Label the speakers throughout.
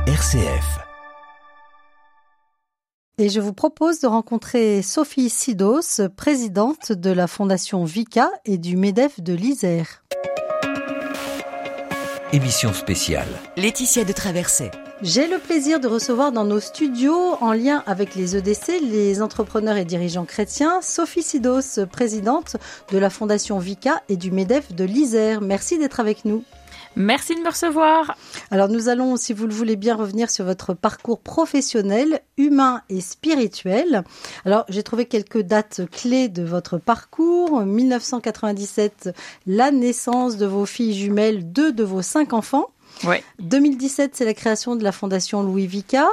Speaker 1: RCF.
Speaker 2: Et je vous propose de rencontrer Sophie Sidos, présidente de la Fondation VICA et du MEDEF de l'Isère.
Speaker 1: Émission spéciale.
Speaker 3: Laetitia de Traversais.
Speaker 2: J'ai le plaisir de recevoir dans nos studios, en lien avec les EDC, les entrepreneurs et dirigeants chrétiens, Sophie Sidos, présidente de la Fondation VICA et du MEDEF de l'Isère. Merci d'être avec nous.
Speaker 4: Merci de me recevoir.
Speaker 2: Alors nous allons, si vous le voulez bien, revenir sur votre parcours professionnel, humain et spirituel. Alors j'ai trouvé quelques dates clés de votre parcours. 1997, la naissance de vos filles jumelles, 2 de vos 5 enfants.
Speaker 4: Ouais.
Speaker 2: 2017, c'est la création de la Fondation Louis VICA.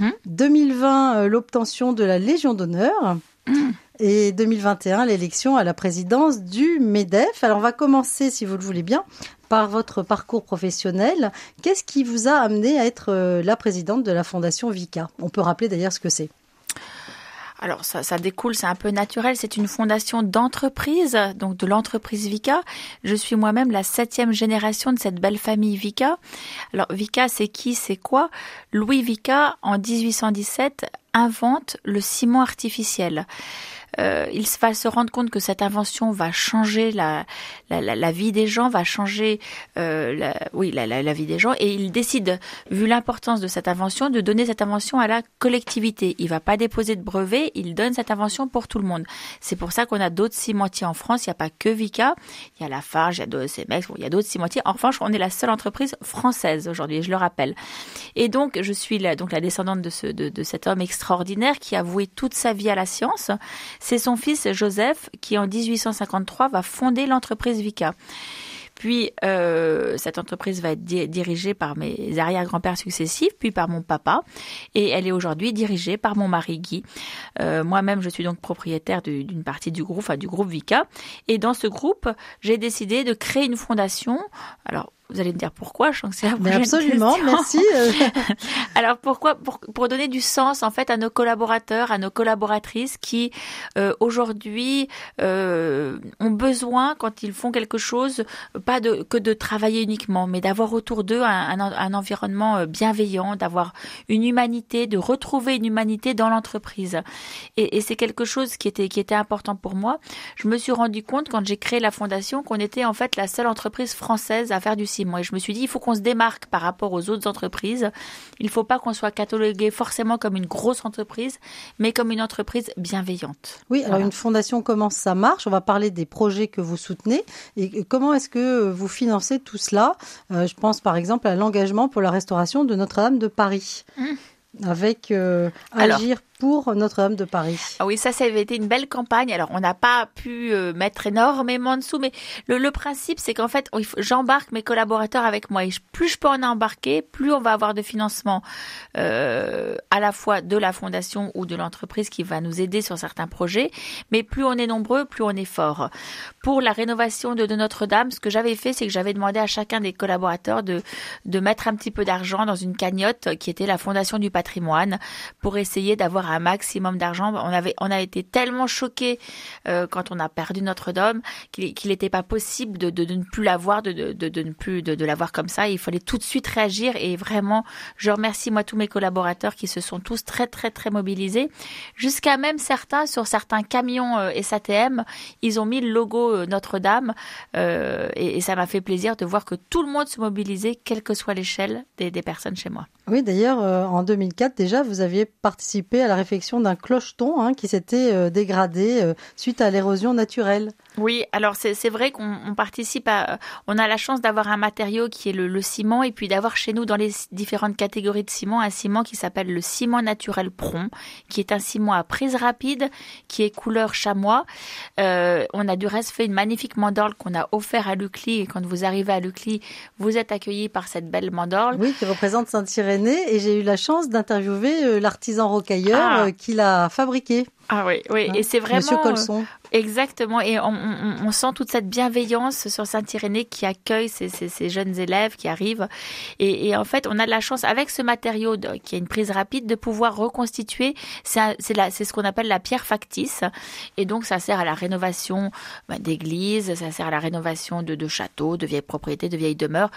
Speaker 2: 2020, l'obtention de la Légion d'honneur. Et 2021, l'élection à la présidence du MEDEF. Alors on va commencer, si vous le voulez bien, par votre parcours professionnel. Qu'est-ce qui vous a amené à être la présidente de la Fondation VICA ? On peut rappeler d'ailleurs ce que c'est.
Speaker 4: Alors ça découle, c'est un peu naturel, c'est une fondation d'entreprise, donc de l'entreprise VICA. Je suis moi-même la 7e génération de cette belle famille VICA. Alors VICA, c'est qui, c'est quoi ? Louis VICA, en 1817, invente le ciment artificiel. Il va se rendre compte que cette invention va changer la vie des gens, va changer la vie des gens, et il décide, vu l'importance de cette invention, de donner cette invention à la collectivité. Il va pas déposer de brevet, il donne cette invention pour tout le monde. C'est pour ça qu'on a d'autres cimentiers en France. Il n'y a pas que VICA, il y a Lafarge, il y a Cemex, il y a d'autres cimentiers. En revanche, on est la seule entreprise française aujourd'hui, je le rappelle. Et donc, je suis la descendante de cet homme extraordinaire qui a voué toute sa vie à la science. C'est son fils Joseph qui, en 1853, va fonder l'entreprise VICA. Puis, cette entreprise va être dirigée par mes arrière-grands-pères successifs, puis par mon papa. Et elle est aujourd'hui dirigée par mon mari Guy. Moi-même, je suis donc propriétaire d'une partie du groupe VICA. Et dans ce groupe, j'ai décidé de créer une fondation. Alors, vous allez me dire pourquoi, je sens que c'est la prochaine
Speaker 2: absolument,
Speaker 4: question.
Speaker 2: Merci.
Speaker 4: Alors pourquoi ? Pour donner du sens en fait à nos collaborateurs, à nos collaboratrices qui aujourd'hui ont besoin, quand ils font quelque chose, pas que de travailler uniquement, mais d'avoir autour d'eux un environnement bienveillant, d'avoir une humanité, de retrouver une humanité dans l'entreprise. Et c'est quelque chose qui était important pour moi. Je me suis rendu compte quand j'ai créé la fondation qu'on était en fait la seule entreprise française à faire du ciment. Et je me suis dit, il faut qu'on se démarque par rapport aux autres entreprises. Il ne faut pas qu'on soit catalogué forcément comme une grosse entreprise, mais comme une entreprise bienveillante.
Speaker 2: Oui, alors une fondation, comment ça marche ? On va parler des projets que vous soutenez. Et comment est-ce que vous financez tout cela ? Je pense par exemple à l'engagement pour la restauration de Notre-Dame de Paris. Avec Agir pour Notre-Dame de Paris.
Speaker 4: Ah oui, ça avait été une belle campagne. Alors, on n'a pas pu mettre énormément de sous, mais le principe, c'est qu'en fait, j'embarque mes collaborateurs avec moi. Et plus je peux en embarquer, plus on va avoir de financement à la fois de la fondation ou de l'entreprise qui va nous aider sur certains projets. Mais plus on est nombreux, plus on est fort. Pour la rénovation de Notre-Dame, ce que j'avais fait, c'est que j'avais demandé à chacun des collaborateurs de mettre un petit peu d'argent dans une cagnotte qui était la Fondation du patrimoine pour essayer d'avoir un maximum d'argent. On a été tellement choqués quand on a perdu Notre-Dame qu'il n'était pas possible de ne plus l'avoir, de ne plus de l'avoir comme ça. Il fallait tout de suite réagir et vraiment, je remercie moi tous mes collaborateurs qui se sont tous très très très mobilisés. Jusqu'à même certains, sur certains camions SATM, ils ont mis le logo Notre-Dame et ça m'a fait plaisir de voir que tout le monde se mobilisait, quelle que soit l'échelle des personnes chez moi.
Speaker 2: Oui, d'ailleurs, en 2004, déjà, vous aviez participé à la réfection d'un clocheton qui s'était dégradé suite à l'érosion naturelle.
Speaker 4: Oui, alors c'est vrai qu'on participe on a la chance d'avoir un matériau qui est le ciment et puis d'avoir chez nous dans les différentes catégories de ciment un ciment qui s'appelle le ciment naturel Pron, qui est un ciment à prise rapide, qui est couleur chamois. On a du reste fait une magnifique mandorle qu'on a offert à Lucly et quand vous arrivez à Lucly, vous êtes accueillis par cette belle mandorle.
Speaker 2: Oui, qui représente Saint-Irénée et j'ai eu la chance d'interviewer l'artisan rocailleur qui l'a fabriqué.
Speaker 4: Ah oui, et c'est vraiment...
Speaker 2: Monsieur Colson.
Speaker 4: Exactement, et on sent toute cette bienveillance sur Saint-Irénée qui accueille ces jeunes élèves qui arrivent. Et en fait, on a de la chance, avec ce matériau qui a une prise rapide, de pouvoir reconstituer, c'est ce qu'on appelle la pierre factice. Et donc, ça sert à la rénovation d'églises, ça sert à la rénovation de châteaux, de vieilles propriétés, de vieilles demeures.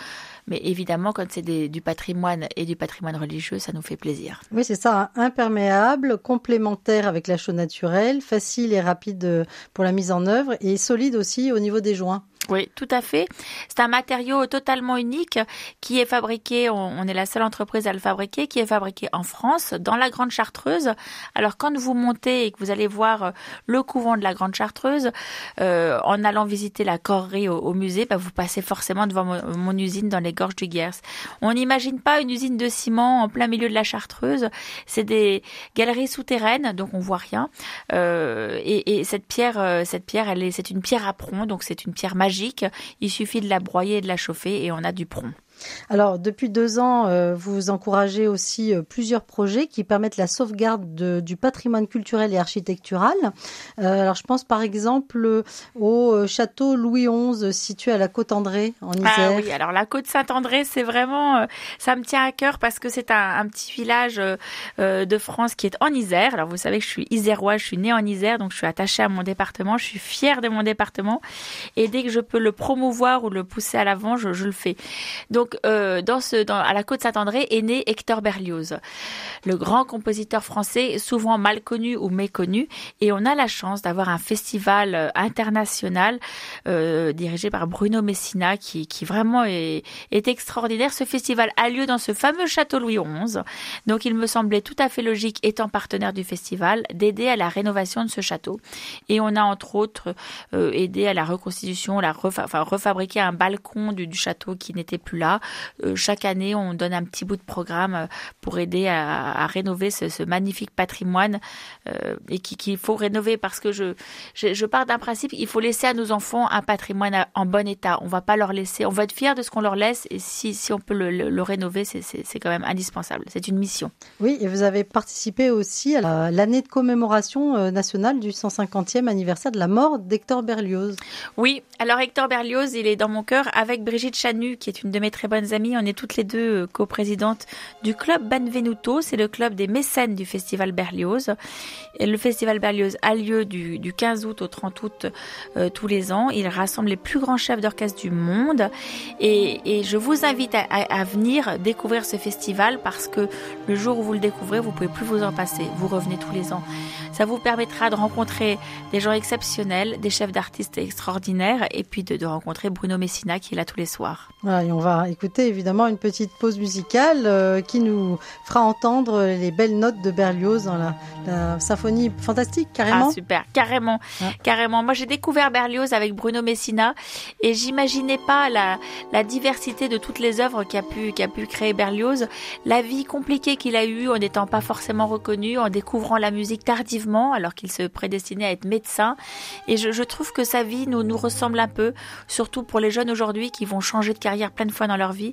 Speaker 4: Mais évidemment, quand c'est du patrimoine et du patrimoine religieux, ça nous fait plaisir.
Speaker 2: Oui, c'est ça, imperméable, complémentaire avec la chaux naturelle, facile et rapide pour la mise en œuvre et solide aussi au niveau des joints.
Speaker 4: Oui, tout à fait. C'est un matériau totalement unique qui est fabriqué, on est la seule entreprise à le fabriquer, qui est fabriqué en France, dans la Grande Chartreuse. Alors quand vous montez et que vous allez voir le couvent de la Grande Chartreuse, en allant visiter la correrie au musée, vous passez forcément devant mon usine dans les gorges du Gers. On n'imagine pas une usine de ciment en plein milieu de la Chartreuse. C'est des galeries souterraines, donc on voit rien. Et cette pierre, c'est une pierre à prompt, donc c'est une pierre magique. Il suffit de la broyer et de la chauffer et on a du prompt.
Speaker 2: Alors, depuis 2 ans, vous encouragez aussi plusieurs projets qui permettent la sauvegarde du patrimoine culturel et architectural. Alors, je pense par exemple au château Louis XI situé à la Côte-André en Isère.
Speaker 4: Ah oui, alors la Côte Saint-André, c'est vraiment, ça me tient à cœur parce que c'est un petit village de France qui est en Isère. Alors, vous savez que je suis iséroise, je suis née en Isère, donc je suis attachée à mon département, je suis fière de mon département. Et dès que je peux le promouvoir ou le pousser à l'avant, je le fais. Donc, à la Côte Saint-André est né Hector Berlioz, le grand compositeur français, souvent mal connu ou méconnu. Et on a la chance d'avoir un festival international dirigé par Bruno Messina qui vraiment est extraordinaire. Ce festival a lieu dans ce fameux château Louis XI. Donc, il me semblait tout à fait logique, étant partenaire du festival, d'aider à la rénovation de ce château. Et on a entre autres aidé à la reconstitution, refabriquer un balcon du château qui n'était plus là. Chaque année, on donne un petit bout de programme pour aider à rénover ce magnifique patrimoine et qu'il faut rénover parce que je pars d'un principe, il faut laisser à nos enfants un patrimoine en bon état. On va pas leur laisser, on va être fiers de ce qu'on leur laisse et si on peut le rénover, c'est quand même indispensable. C'est une mission.
Speaker 2: Oui, et vous avez participé aussi à l'année de commémoration nationale du 150e anniversaire de la mort d'Hector Berlioz.
Speaker 4: Oui, alors Hector Berlioz, il est dans mon cœur avec Brigitte Chanu, qui est une de mes très bonnes amies. On est toutes les deux coprésidentes du club Benvenuto. C'est le club des mécènes du festival Berlioz. Et le festival Berlioz a lieu du 15 août au 30 août tous les ans. Il rassemble les plus grands chefs d'orchestre du monde. Et je vous invite à venir découvrir ce festival parce que le jour où vous le découvrez, vous ne pouvez plus vous en passer. Vous revenez tous les ans. Ça vous permettra de rencontrer des gens exceptionnels, des chefs d'artistes extraordinaires et puis de rencontrer Bruno Messina qui est là tous les soirs.
Speaker 2: Voilà, et on va écouter évidemment une petite pause musicale qui nous fera entendre les belles notes de Berlioz dans la symphonie fantastique, carrément.
Speaker 4: Ah super, carrément, carrément. Moi j'ai découvert Berlioz avec Bruno Messina et j'imaginais pas la diversité de toutes les œuvres qu'a pu créer Berlioz, la vie compliquée qu'il a eue en n'étant pas forcément reconnu, en découvrant la musique tardivement alors qu'il se prédestinait à être médecin. Et je trouve que sa vie nous ressemble un peu, surtout pour les jeunes aujourd'hui qui vont changer de carrière plein de fois dans leur vie.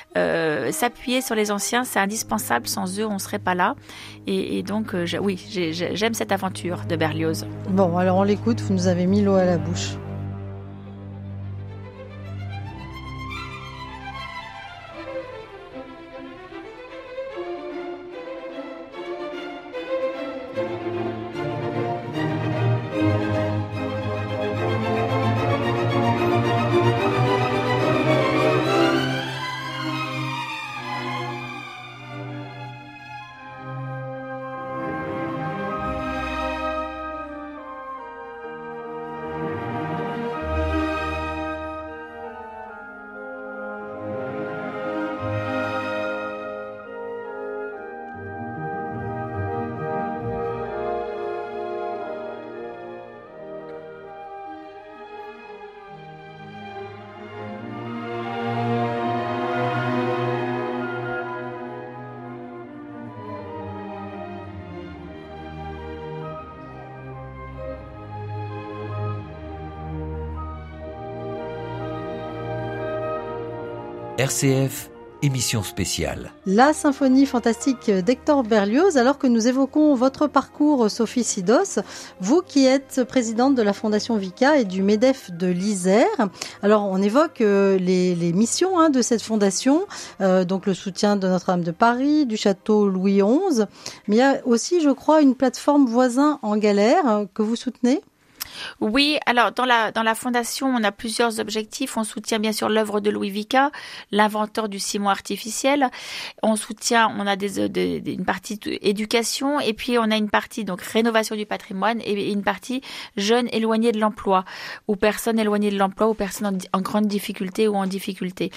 Speaker 4: S'appuyer sur les anciens, c'est indispensable. Sans eux, on ne serait pas là. Et donc, j'aime cette aventure de Berlioz.
Speaker 2: Bon, alors on l'écoute. Vous nous avez mis l'eau à la bouche.
Speaker 3: RCF, émission spéciale.
Speaker 2: La symphonie fantastique d'Hector Berlioz, alors que nous évoquons votre parcours, Sophie Sidos, vous qui êtes présidente de la Fondation Vicat et du MEDEF de l'Isère. Alors, on évoque les missions de cette fondation, donc le soutien de Notre-Dame de Paris, du château Louis XI, mais il y a aussi, je crois, une plateforme Voisins en galère que vous soutenez.
Speaker 4: Oui, alors dans la fondation, on a plusieurs objectifs. On soutient bien sûr l'œuvre de Louis Vicat, l'inventeur du ciment artificiel. On a une partie éducation, et puis on a une partie donc rénovation du patrimoine et une partie jeunes éloignés de l'emploi ou personnes éloignées de l'emploi ou personnes en grande difficulté ou en difficulté.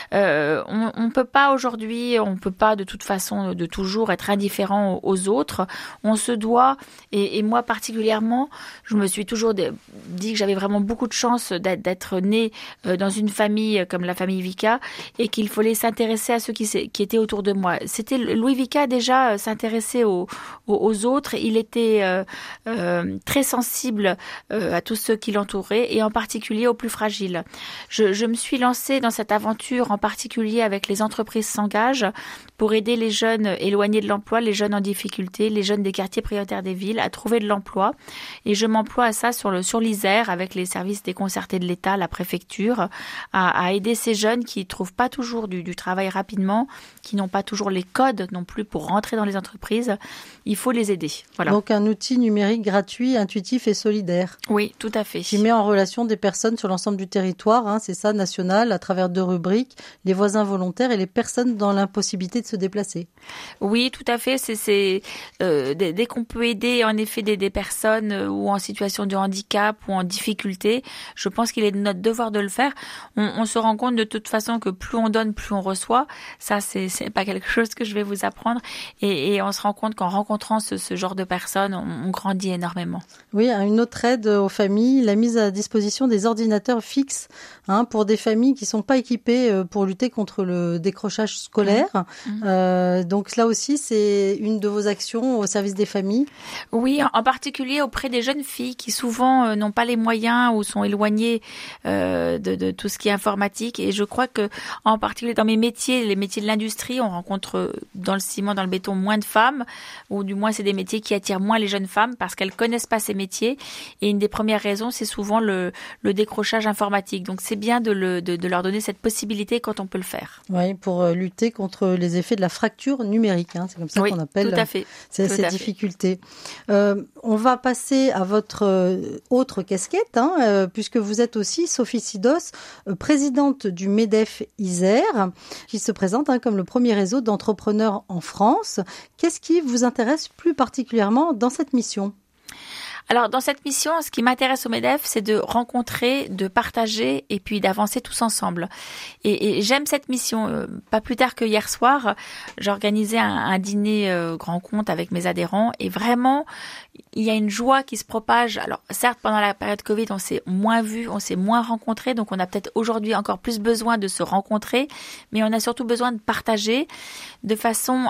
Speaker 4: On peut pas aujourd'hui, on peut pas de toute façon de toujours être indifférent aux autres. On se doit, et moi particulièrement, je me suis toujours dit que j'avais vraiment beaucoup de chance d'être née dans une famille comme la famille Vicat et qu'il fallait s'intéresser à ceux qui étaient autour de moi. C'était Louis Vicat déjà s'intéressait aux autres. Il était très sensible à tous ceux qui l'entouraient et en particulier aux plus fragiles. Je me suis lancée dans cette aventure en particulier avec les entreprises s'engagent pour aider les jeunes éloignés de l'emploi, les jeunes en difficulté, les jeunes des quartiers prioritaires des villes à trouver de l'emploi. Et je m'emploie à ça sur l'Isère avec les services déconcertés de l'État, la préfecture, à aider ces jeunes qui trouvent pas toujours du travail rapidement, qui n'ont pas toujours les codes non plus pour rentrer dans les entreprises. Il faut les aider. Voilà.
Speaker 2: Donc un outil numérique gratuit, intuitif et solidaire.
Speaker 4: Oui, tout à fait.
Speaker 2: Qui met en relation des personnes sur l'ensemble du territoire, c'est ça, national, à travers 2 rubriques, les voisins volontaires et les personnes dans l'impossibilité de se déplacer.
Speaker 4: Oui, tout à fait. Dès qu'on peut aider en effet des personnes ou en situation de handicap ou en difficulté, je pense qu'il est de notre devoir de le faire. On se rend compte de toute façon que plus on donne, plus on reçoit. Ça, c'est pas quelque chose que je vais vous apprendre. Et on se rend compte qu'en rencontrant ce genre de personnes, on grandit énormément.
Speaker 2: Oui, une autre aide aux familles, la mise à disposition des ordinateurs fixes pour des familles qui sont pas équipées pour lutter contre le décrochage scolaire. Donc là aussi, c'est une de vos actions au service des familles.
Speaker 4: Oui, en particulier auprès des jeunes filles qui souvent n'ont pas les moyens ou sont éloignées de tout ce qui est informatique. Et je crois que, en particulier dans mes métiers, les métiers de l'industrie, on rencontre dans le ciment, dans le béton, moins de femmes, ou du moins c'est des métiers qui attirent moins les jeunes femmes parce qu'elles connaissent pas ces métiers. Et une des premières raisons, c'est souvent le décrochage informatique. Donc c'est bien de leur donner cette possibilité quand on peut le faire.
Speaker 2: Oui, pour lutter contre les effets de la fracture numérique. C'est comme ça qu'on appelle
Speaker 4: tout à fait.
Speaker 2: Ces difficultés. On va passer à votre autre casquette, puisque vous êtes aussi Sophie Sidos, présidente du MEDEF Isère, qui se présente comme le premier réseau d'entrepreneurs en France. Qu'est-ce qui vous intéresse plus particulièrement dans cette mission ?
Speaker 4: Alors, dans cette mission, ce qui m'intéresse au MEDEF, c'est de rencontrer, de partager et puis d'avancer tous ensemble. Et j'aime cette mission. Pas plus tard que hier soir, j'ai organisé un dîner grand compte avec mes adhérents et vraiment, il y a une joie qui se propage. Alors, certes, pendant la période Covid, on s'est moins vus, on s'est moins rencontrés, donc on a peut-être aujourd'hui encore plus besoin de se rencontrer, mais on a surtout besoin de partager de façon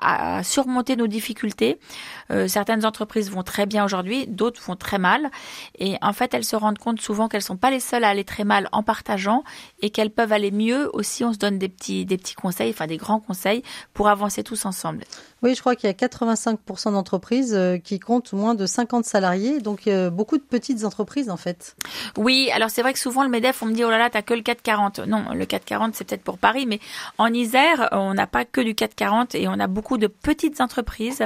Speaker 4: à surmonter nos difficultés. Certaines entreprises vont très bien aujourd'hui, d'autres vont très mal. Et en fait, elles se rendent compte souvent qu'elles sont pas les seules à aller très mal en partageant et qu'elles peuvent aller mieux aussi. On se donne des petits conseils, enfin des grands conseils pour avancer tous ensemble.
Speaker 2: Oui, je crois qu'il y a 85% d'entreprises qui comptent moins de 50 salariés, donc beaucoup de petites entreprises en fait.
Speaker 4: Oui, alors c'est vrai que souvent le MEDEF, on me dit oh là là, t'as que le 440. Non, le 440 c'est peut-être pour Paris, mais en Isère, on n'a pas que du 440 et on a beaucoup de petites entreprises.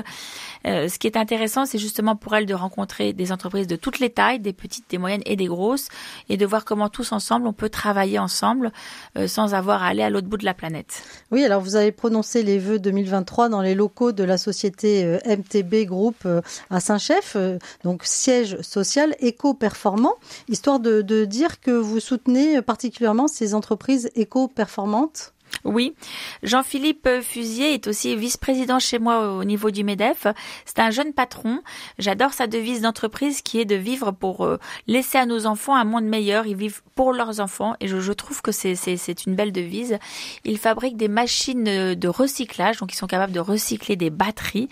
Speaker 4: Ce qui est intéressant, c'est justement pour elles de rencontrer des entreprises de toutes les tailles, des petites, des moyennes et des grosses, et de voir comment tous ensemble, on peut travailler ensemble sans avoir à aller à l'autre bout de la planète.
Speaker 2: Oui, alors vous avez prononcé les vœux 2023 dans les locaux de la société MTB Group à Saint-Chef, donc siège social éco-performant, histoire de dire que vous soutenez particulièrement ces entreprises éco-performantes.
Speaker 4: Oui, Jean-Philippe Fusier est aussi vice-président chez moi au niveau du MEDEF. C'est un jeune patron. J'adore sa devise d'entreprise qui est de vivre pour laisser à nos enfants un monde meilleur. Ils vivent pour leurs enfants et je trouve que c'est une belle devise. Il fabrique des machines de recyclage, donc ils sont capables de recycler des batteries.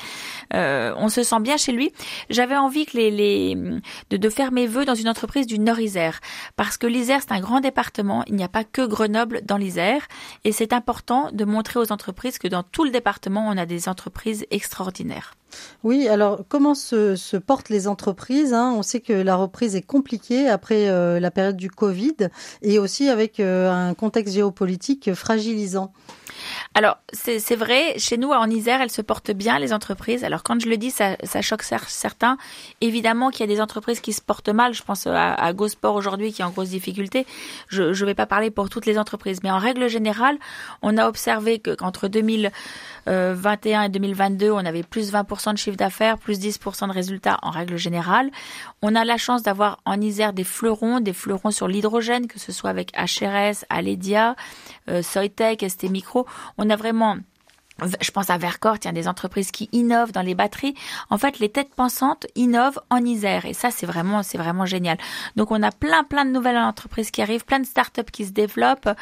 Speaker 4: On se sent bien chez lui. J'avais envie que de faire mes vœux dans une entreprise du Nord-Isère parce que l'Isère c'est un grand département. Il n'y a pas que Grenoble dans l'Isère et c'est important de montrer aux entreprises que dans tout le département, on a des entreprises extraordinaires.
Speaker 2: Oui, alors comment se portent les entreprises, hein? On sait que la reprise est compliquée après la période du Covid et aussi avec un contexte géopolitique fragilisant.
Speaker 4: Alors, c'est vrai, chez nous, en Isère, elles se portent bien, les entreprises. Alors, quand je le dis, ça choque certains. Évidemment qu'il y a des entreprises qui se portent mal. Je pense à GoSport aujourd'hui qui est en grosse difficulté. Je ne vais pas parler pour toutes les entreprises. Mais en règle générale, on a observé qu'entre 2021 et 2022, on avait plus 20% de chiffre d'affaires, plus 10% de résultats en règle générale. On a la chance d'avoir en Isère des fleurons sur l'hydrogène, que ce soit avec HRS, Aledia, Soitec, ST Micro. On a vraiment, je pense à Vercors, des entreprises qui innovent dans les batteries. En fait, les têtes pensantes innovent en Isère et ça, c'est vraiment génial. Donc, on a plein de nouvelles entreprises qui arrivent, plein de startups qui se développent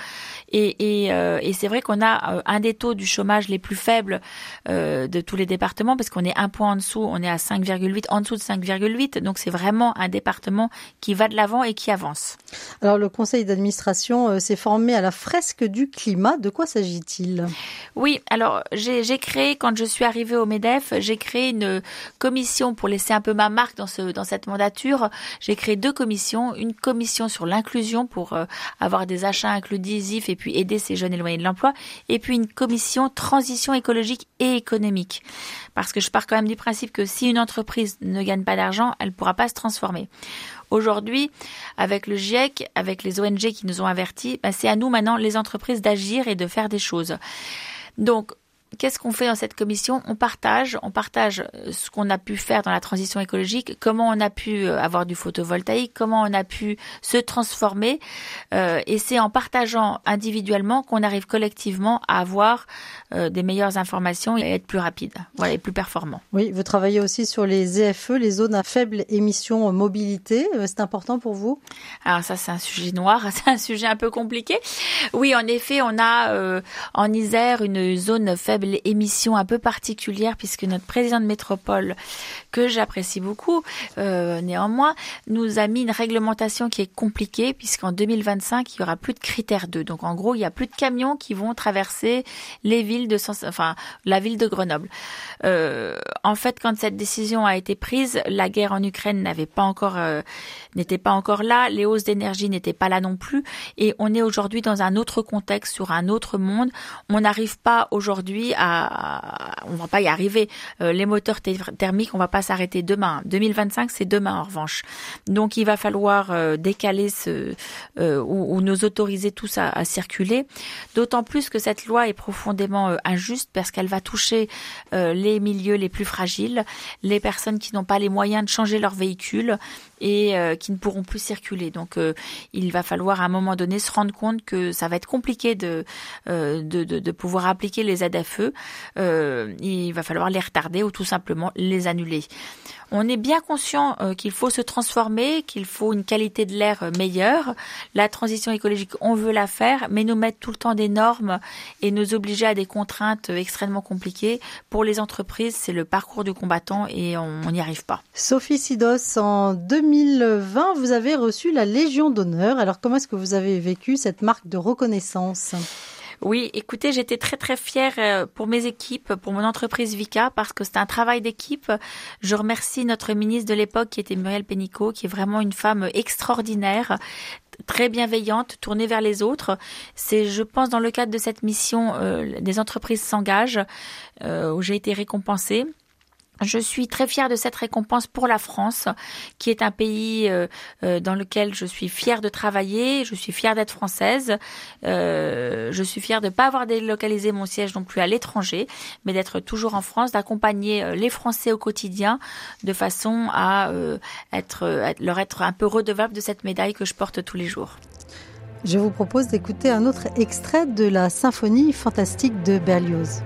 Speaker 4: et c'est vrai qu'on a un des taux du chômage les plus faibles de tous les départements parce qu'on est un point en dessous, on est à 5,8, en dessous de 5,8. Donc, c'est vraiment un département qui va de l'avant et qui avance.
Speaker 2: Alors, le conseil d'administration s'est formé à la fresque du climat. De quoi s'agit-il ?
Speaker 4: Oui, alors j'ai créé, quand je suis arrivée au MEDEF, j'ai créé une commission pour laisser un peu ma marque dans cette mandature. J'ai créé 2 commissions, une commission sur l'inclusion pour avoir des achats inclusifs et puis aider ces jeunes éloignés de l'emploi, et puis une commission transition écologique et économique. Parce que je pars quand même du principe que si une entreprise ne gagne pas d'argent, elle ne pourra pas se transformer. Aujourd'hui, avec le GIEC, avec les ONG qui nous ont avertis, c'est à nous maintenant, les entreprises, d'agir et de faire des choses. Donc, qu'est-ce qu'on fait dans cette commission ? On partage ce qu'on a pu faire dans la transition écologique, comment on a pu avoir du photovoltaïque, comment on a pu se transformer. Et c'est en partageant individuellement qu'on arrive collectivement à avoir des meilleures informations et être plus rapide, voilà, et plus performant.
Speaker 2: Oui, vous travaillez aussi sur les ZFE, les zones à faible émission mobilité. C'est important pour vous ?
Speaker 4: Alors ça, c'est un sujet noir, c'est un sujet un peu compliqué. Oui, en effet, on a en Isère une zone faible émission un peu particulière puisque notre président de métropole, que j'apprécie beaucoup, néanmoins, nous a mis une réglementation qui est compliquée puisqu'en 2025, il y aura plus de critère 2. Donc en gros, il y a plus de camions qui vont traverser les villes la ville de Grenoble. En fait, quand cette décision a été prise, la guerre en Ukraine n'était pas encore là, les hausses d'énergie n'étaient pas là non plus, et on est aujourd'hui dans un autre contexte, sur un autre monde. On n'arrive pas aujourd'hui on va pas y arriver. Les moteurs thermiques, on va pas s'arrêter demain. 2025, c'est demain en revanche. Donc, il va falloir décaler ou nous autoriser tous à circuler. D'autant plus que cette loi est profondément injuste parce qu'elle va toucher les milieux les plus fragiles, les personnes qui n'ont pas les moyens de changer leur véhicule et qui ne pourront plus circuler. Donc, il va falloir à un moment donné se rendre compte que ça va être compliqué de pouvoir appliquer les ZFE. Il va falloir les retarder ou tout simplement les annuler. On est bien conscient qu'il faut se transformer, qu'il faut une qualité de l'air meilleure. La transition écologique, on veut la faire, mais nous mettre tout le temps des normes et nous obliger à des contraintes extrêmement compliquées. Pour les entreprises, c'est le parcours du combattant et on n'y arrive pas.
Speaker 2: Sophie Sidos, en 2020, vous avez reçu la Légion d'honneur. Alors, comment est-ce que vous avez vécu cette marque de reconnaissance ?
Speaker 4: Oui, écoutez, j'étais très très fière pour mes équipes, pour mon entreprise Vicat, parce que c'est un travail d'équipe. Je remercie notre ministre de l'époque qui était Muriel Pénicaud, qui est vraiment une femme extraordinaire, très bienveillante, tournée vers les autres. C'est, je pense, dans le cadre de cette mission, des entreprises s'engagent, où j'ai été récompensée. Je suis très fière de cette récompense pour la France, qui est un pays dans lequel je suis fière de travailler, je suis fière d'être française, je suis fière de ne pas avoir délocalisé mon siège non plus à l'étranger, mais d'être toujours en France, d'accompagner les Français au quotidien de façon à leur être un peu redevable de cette médaille que je porte tous les jours.
Speaker 2: Je vous propose d'écouter un autre extrait de la symphonie fantastique de Berlioz.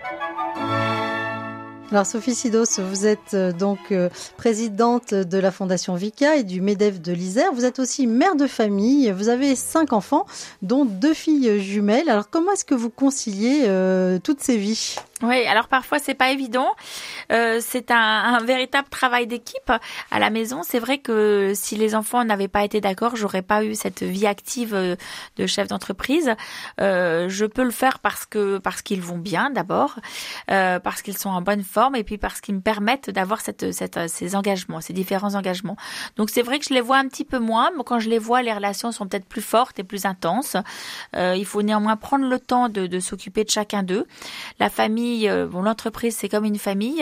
Speaker 2: Alors Sophie Sidos, vous êtes donc présidente de la Fondation Vika et du MEDEF de l'Isère. Vous êtes aussi mère de famille. Vous avez 5 enfants, dont 2 filles jumelles. Alors comment est-ce que vous conciliez toutes ces vies ?
Speaker 4: Oui, alors parfois c'est pas évident. C'est un véritable travail d'équipe à la maison. C'est vrai que si les enfants n'avaient pas été d'accord, j'aurais pas eu cette vie active de chef d'entreprise. Je peux le faire parce qu'ils vont bien d'abord, parce qu'ils sont en bonne forme et puis parce qu'ils me permettent d'avoir ces engagements, ces différents engagements. Donc c'est vrai que je les vois un petit peu moins, mais quand je les vois, les relations sont peut-être plus fortes et plus intenses. Il faut néanmoins prendre le temps de s'occuper de chacun d'eux. La famille, l'entreprise c'est comme une famille,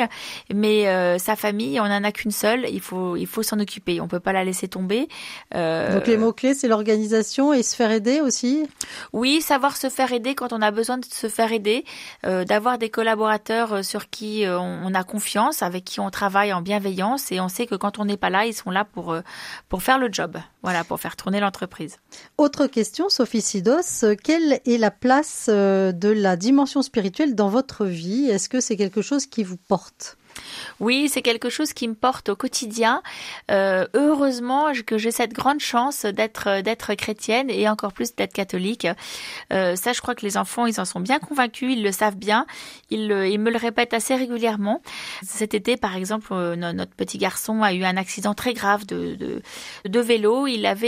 Speaker 4: mais sa famille, on n'en a qu'une seule. Il faut s'en occuper. On peut pas la laisser tomber.
Speaker 2: Donc les mots-clés, c'est l'organisation et se faire aider aussi ?
Speaker 4: Oui, savoir se faire aider quand on a besoin de se faire aider, d'avoir des collaborateurs sur qui on a confiance, avec qui on travaille en bienveillance et on sait que quand on n'est pas là, ils sont là pour faire le job, voilà, pour faire tourner l'entreprise.
Speaker 2: Autre question, Sophie Sidos, quelle est la place de la dimension spirituelle dans votre vie ? Est-ce que c'est quelque chose qui vous porte ?
Speaker 4: Oui, c'est quelque chose qui me porte au quotidien. Heureusement que j'ai cette grande chance d'être chrétienne et encore plus d'être catholique. Ça, je crois que les enfants, ils en sont bien convaincus, ils le savent bien. Ils me le répètent assez régulièrement. Cet été, par exemple, notre petit garçon a eu un accident très grave de vélo.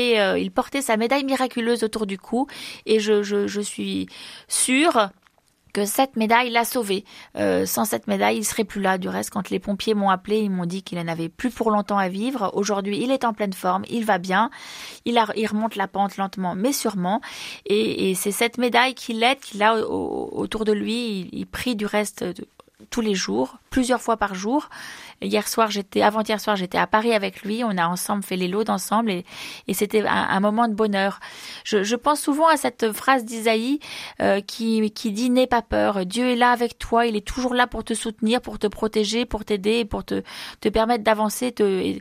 Speaker 4: Il portait sa médaille miraculeuse autour du cou et je suis sûre que cette médaille l'a sauvé. Sans cette médaille, il serait plus là. Du reste, quand les pompiers m'ont appelé, ils m'ont dit qu'il en avait plus pour longtemps à vivre. Aujourd'hui, il est en pleine forme, il va bien. Il remonte la pente lentement, mais sûrement. Et c'est cette médaille qui l'aide, qu'il a autour de lui. Il prie du reste tous les jours, plusieurs fois par jour. Avant-hier soir, j'étais à Paris avec lui. On a ensemble fait les lots ensemble et c'était un moment de bonheur. Je pense souvent à cette phrase d'Isaïe qui dit « N'aie pas peur, Dieu est là avec toi, il est toujours là pour te soutenir, pour te protéger, pour t'aider, pour te permettre d'avancer. »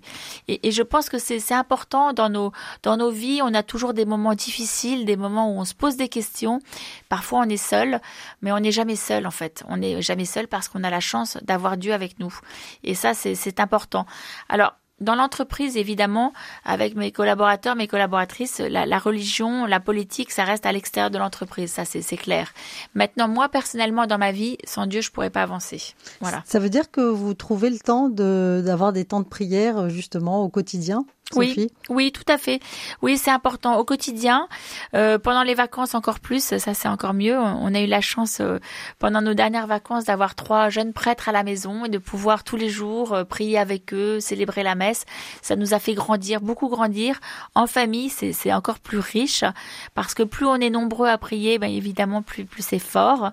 Speaker 4: Et je pense que c'est important dans nos vies. On a toujours des moments difficiles, des moments où on se pose des questions. Parfois, on est seul, mais on n'est jamais seul en fait. On n'est jamais seul parce qu'on a la chance d'avoir Dieu avec nous. Et ça, c'est important. Alors, dans l'entreprise, évidemment, avec mes collaborateurs, mes collaboratrices, la religion, la politique, ça reste à l'extérieur de l'entreprise. Ça, c'est clair. Maintenant, moi, personnellement, dans ma vie, sans Dieu, je pourrais pas avancer. Voilà.
Speaker 2: Ça veut dire que vous trouvez le temps d'avoir des temps de prière, justement, au quotidien ? Sophie ?
Speaker 4: Oui, tout à fait. Oui, c'est important au quotidien. Pendant les vacances encore plus, ça c'est encore mieux. On a eu la chance pendant nos dernières vacances d'avoir 3 jeunes prêtres à la maison et de pouvoir tous les jours prier avec eux, célébrer la messe. Ça nous a fait grandir, beaucoup grandir. En famille, c'est encore plus riche parce que plus on est nombreux à prier, ben évidemment plus c'est fort.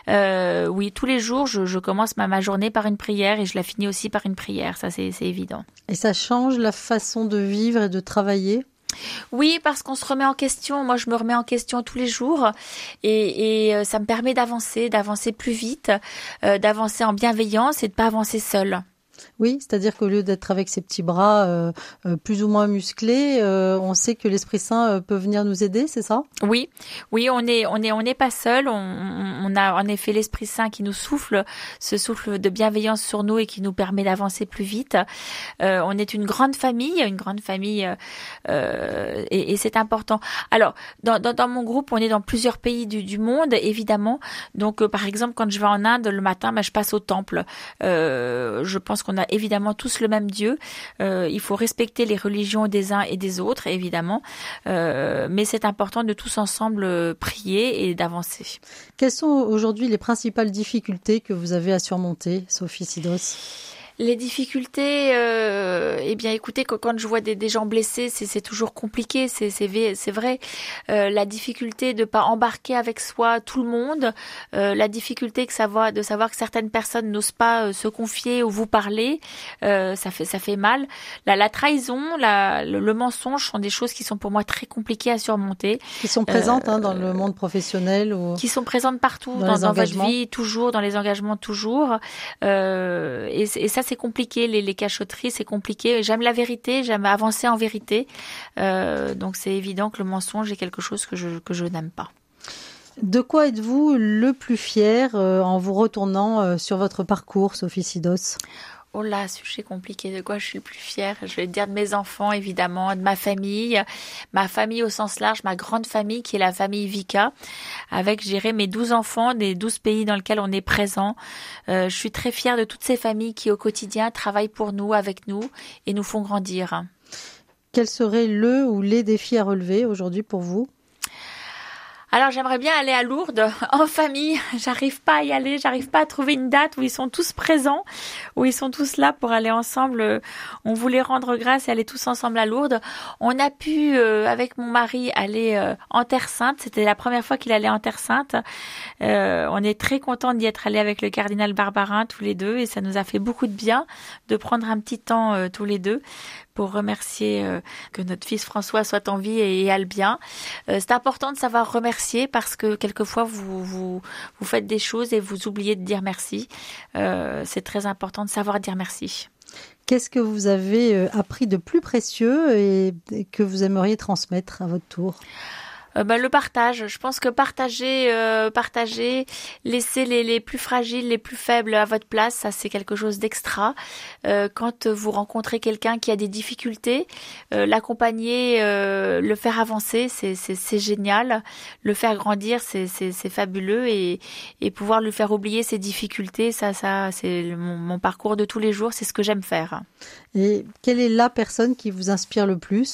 Speaker 4: Oui, tous les jours, je commence ma journée par une prière et je la finis aussi par une prière. Ça c'est évident.
Speaker 2: Et ça change la façon de vivre et de travailler ?
Speaker 4: Oui, parce qu'on se remet en question. Moi, je me remets en question tous les jours et ça me permet d'avancer plus vite, d'avancer en bienveillance et de pas avancer seule.
Speaker 2: Oui, c'est-à-dire qu'au lieu d'être avec ses petits bras plus ou moins musclés, on sait que l'Esprit Saint peut venir nous aider, c'est ça ?
Speaker 4: Oui, on n'est pas seul. On a en effet l'Esprit Saint qui nous souffle, ce souffle de bienveillance sur nous et qui nous permet d'avancer plus vite. On est une grande famille et c'est important. Alors, dans mon groupe, on est dans plusieurs pays du monde, évidemment. Donc, par exemple, quand je vais en Inde le matin, je passe au temple. Je pense qu'on a évidemment tous le même Dieu. Il faut respecter les religions des uns et des autres, évidemment. Mais c'est important de tous ensemble prier et d'avancer.
Speaker 2: Quelles sont aujourd'hui les principales difficultés que vous avez à surmonter, Sophie Sidos ?
Speaker 4: Les difficultés, eh bien, écoutez, quand je vois des gens blessés, c'est toujours compliqué, c'est vrai. La difficulté de pas embarquer avec soi tout le monde, la difficulté de savoir que certaines personnes n'osent pas se confier ou vous parler, ça fait mal. La trahison, le mensonge sont des choses qui sont pour moi très compliquées à surmonter.
Speaker 2: Qui sont présentes dans le monde professionnel ou
Speaker 4: qui sont présentes partout dans votre vie, toujours dans les engagements, toujours. Et ça, c'est compliqué, les cachotteries, c'est compliqué. J'aime la vérité, j'aime avancer en vérité. Donc c'est évident que le mensonge est quelque chose que je n'aime pas.
Speaker 2: De quoi êtes-vous le plus fier en vous retournant sur votre parcours, Sophie Sidos ?
Speaker 4: Oh là, sujet compliqué. De quoi je suis le plus fière? Je vais dire de mes enfants, évidemment, de ma famille au sens large, ma grande famille qui est la famille Vika, avec, je dirais, mes 12 enfants des 12 pays dans lesquels on est présent. Je suis très fière de toutes ces familles qui, au quotidien, travaillent pour nous, avec nous et nous font grandir.
Speaker 2: Quel serait le ou les défis à relever aujourd'hui pour vous ?
Speaker 4: Alors j'aimerais bien aller à Lourdes en famille, j'arrive pas à y aller, j'arrive pas à trouver une date où ils sont tous présents, où ils sont tous là pour aller ensemble. On voulait rendre grâce et aller tous ensemble à Lourdes. On a pu, avec mon mari, aller en Terre Sainte, c'était la première fois qu'il allait en Terre Sainte. On est très contents d'y être allés avec le cardinal Barbarin tous les deux et ça nous a fait beaucoup de bien de prendre un petit temps tous les deux pour remercier que notre fils François soit en vie et aille bien. C'est important de savoir remercier parce que quelquefois vous faites des choses et vous oubliez de dire merci. C'est très important de savoir dire merci.
Speaker 2: Qu'est-ce que vous avez appris de plus précieux et que vous aimeriez transmettre à votre tour ?
Speaker 4: Le partage. Je pense que partager, laisser les plus fragiles, les plus faibles à votre place, ça c'est quelque chose d'extra. Quand vous rencontrez quelqu'un qui a des difficultés, l'accompagner, le faire avancer, c'est génial. Le faire grandir, c'est fabuleux et pouvoir lui faire oublier ses difficultés, ça c'est mon parcours de tous les jours, c'est ce que j'aime faire.
Speaker 2: Et quelle est la personne qui vous inspire le plus ?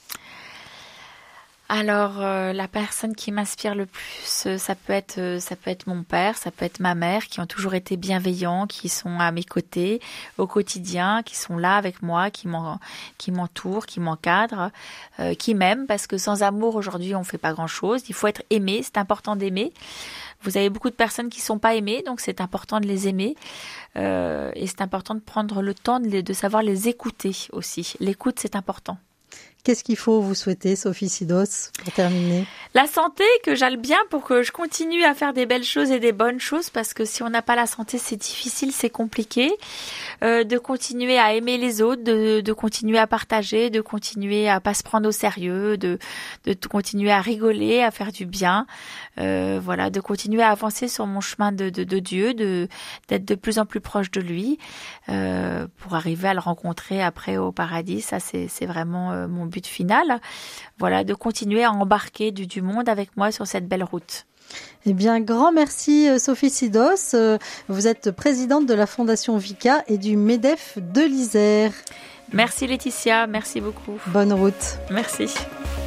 Speaker 4: Alors, la personne qui m'inspire le plus, ça peut être mon père, ça peut être ma mère, qui ont toujours été bienveillants, qui sont à mes côtés au quotidien, qui sont là avec moi, qui m'entourent, qui m'encadrent, qui m'aiment, parce que sans amour, aujourd'hui, on fait pas grand-chose. Il faut être aimé, c'est important d'aimer. Vous avez beaucoup de personnes qui sont pas aimées, donc c'est important de les aimer. Et c'est important de prendre le temps de savoir les écouter aussi. L'écoute, c'est important.
Speaker 2: Qu'est-ce qu'il faut vous souhaiter, Sophie Sidos, pour terminer ?
Speaker 4: La santé, que j'aille bien pour que je continue à faire des belles choses et des bonnes choses, parce que si on n'a pas la santé, c'est difficile, c'est compliqué. De continuer à aimer les autres, de continuer à partager, de continuer à pas se prendre au sérieux, de continuer à rigoler, à faire du bien. De continuer à avancer sur mon chemin de Dieu, d'être de plus en plus proche de lui, pour arriver à le rencontrer après au paradis. Ça, c'est vraiment mon but final. Voilà, de continuer à embarquer du monde avec moi sur cette belle route.
Speaker 2: Eh bien, grand merci Sophie Sidos. Vous êtes présidente de la Fondation Vika et du MEDEF de l'Isère.
Speaker 4: Merci Laetitia, merci beaucoup.
Speaker 2: Bonne route.
Speaker 4: Merci.